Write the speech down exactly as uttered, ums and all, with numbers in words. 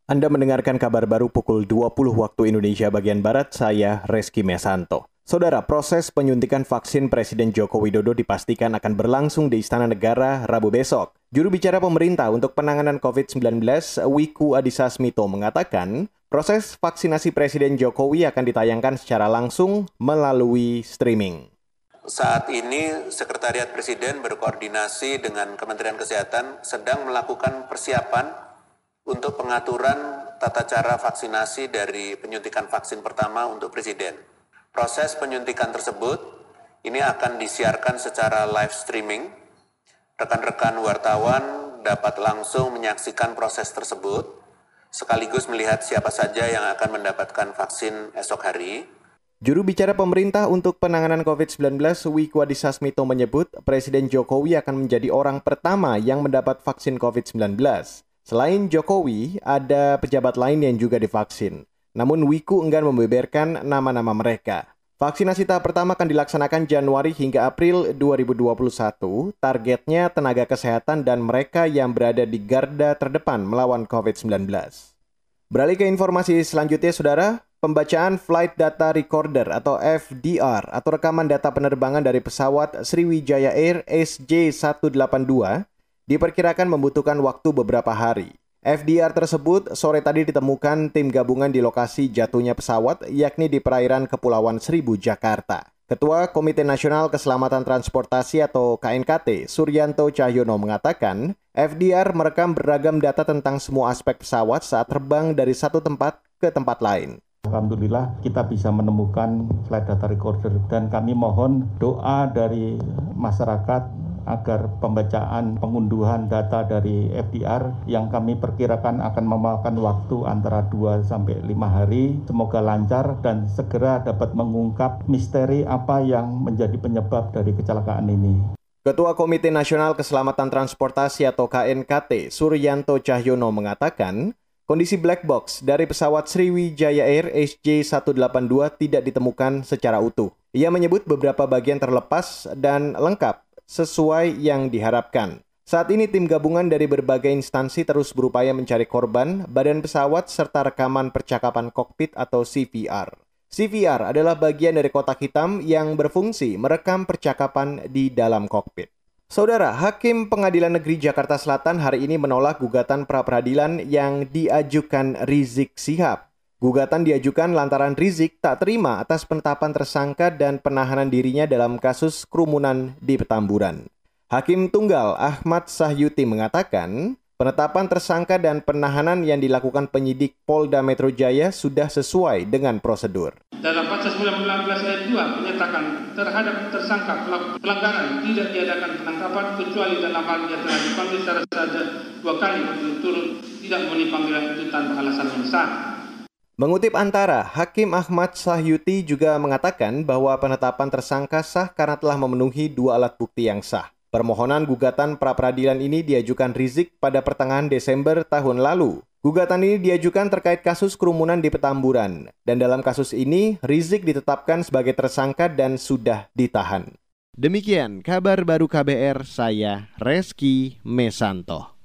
Anda mendengarkan kabar baru pukul dua puluh waktu Indonesia bagian Barat, saya Reski Mesanto. Saudara, proses penyuntikan vaksin Presiden Joko Widodo dipastikan akan berlangsung di Istana Negara Rabu besok. Juru bicara pemerintah untuk penanganan covid sembilan belas, Wiku Adhisa Smito, mengatakan proses vaksinasi Presiden Jokowi akan ditayangkan secara langsung melalui streaming. Saat ini Sekretariat Presiden berkoordinasi dengan Kementerian Kesehatan sedang melakukan persiapan untuk pengaturan tata cara vaksinasi dari penyuntikan vaksin pertama untuk Presiden. Proses penyuntikan tersebut ini akan disiarkan secara live streaming. Rekan-rekan wartawan dapat langsung menyaksikan proses tersebut, sekaligus melihat siapa saja yang akan mendapatkan vaksin esok hari. Juru bicara pemerintah untuk penanganan covid sembilan belas, Wiku Adhisa Smito, menyebut Presiden Jokowi akan menjadi orang pertama yang mendapat vaksin covid sembilan belas. Selain Jokowi, ada pejabat lain yang juga divaksin. Namun Wiku enggan membeberkan nama-nama mereka. Vaksinasi tahap pertama akan dilaksanakan Januari hingga April dua ribu dua puluh satu. Targetnya tenaga kesehatan dan mereka yang berada di garda terdepan melawan covid sembilan belas. Beralih ke informasi selanjutnya, Saudara. Pembacaan Flight Data Recorder atau F D R atau rekaman data penerbangan dari pesawat Sriwijaya Air S J seratus delapan puluh dua diperkirakan membutuhkan waktu beberapa hari. F D R tersebut sore tadi ditemukan tim gabungan di lokasi jatuhnya pesawat, yakni di perairan Kepulauan Seribu, Jakarta. Ketua Komite Nasional Keselamatan Transportasi atau K N K T, Suryanto Cahyono, mengatakan F D R merekam beragam data tentang semua aspek pesawat saat terbang dari satu tempat ke tempat lain. Alhamdulillah kita bisa menemukan flight data recorder dan kami mohon doa dari masyarakat agar pembacaan pengunduhan data dari F D R yang kami perkirakan akan memakan waktu antara dua sampai lima hari semoga lancar dan segera dapat mengungkap misteri apa yang menjadi penyebab dari kecelakaan ini. Ketua Komite Nasional Keselamatan Transportasi atau K N K T, Suryanto Cahyono, mengatakan kondisi black box dari pesawat Sriwijaya Air S J seratus delapan puluh dua tidak ditemukan secara utuh. Ia menyebut beberapa bagian terlepas dan lengkap sesuai yang diharapkan. Saat ini tim gabungan dari berbagai instansi terus berupaya mencari korban, badan pesawat, serta rekaman percakapan kokpit atau C V R. C V R adalah bagian dari kotak hitam yang berfungsi merekam percakapan di dalam kokpit. Saudara, Hakim Pengadilan Negeri Jakarta Selatan hari ini menolak gugatan pra-peradilan yang diajukan Rizik Syihab. Gugatan diajukan lantaran Rizik tak terima atas penetapan tersangka dan penahanan dirinya dalam kasus kerumunan di Petamburan. Hakim Tunggal Ahmad Sahyuti mengatakan penetapan tersangka dan penahanan yang dilakukan penyidik Polda Metro Jaya sudah sesuai dengan prosedur. Dalam pasal sembilan belas ayat dua menyatakan terhadap tersangka pelaku pelanggaran tidak diadakan penangkapan kecuali dalam hal dia telah dipanggil secara sadar dua kali berturut-turut tidak memenuhi panggilan itu tanpa alasan yang sah. Mengutip Antara, Hakim Ahmad Sahyuti juga mengatakan bahwa penetapan tersangka sah karena telah memenuhi dua alat bukti yang sah. Permohonan gugatan pra-peradilan ini diajukan Rizik pada pertengahan Desember tahun lalu. Gugatan ini diajukan terkait kasus kerumunan di Petamburan. Dan dalam kasus ini, Rizik ditetapkan sebagai tersangka dan sudah ditahan. Demikian kabar baru K B R, saya Reski Mesanto.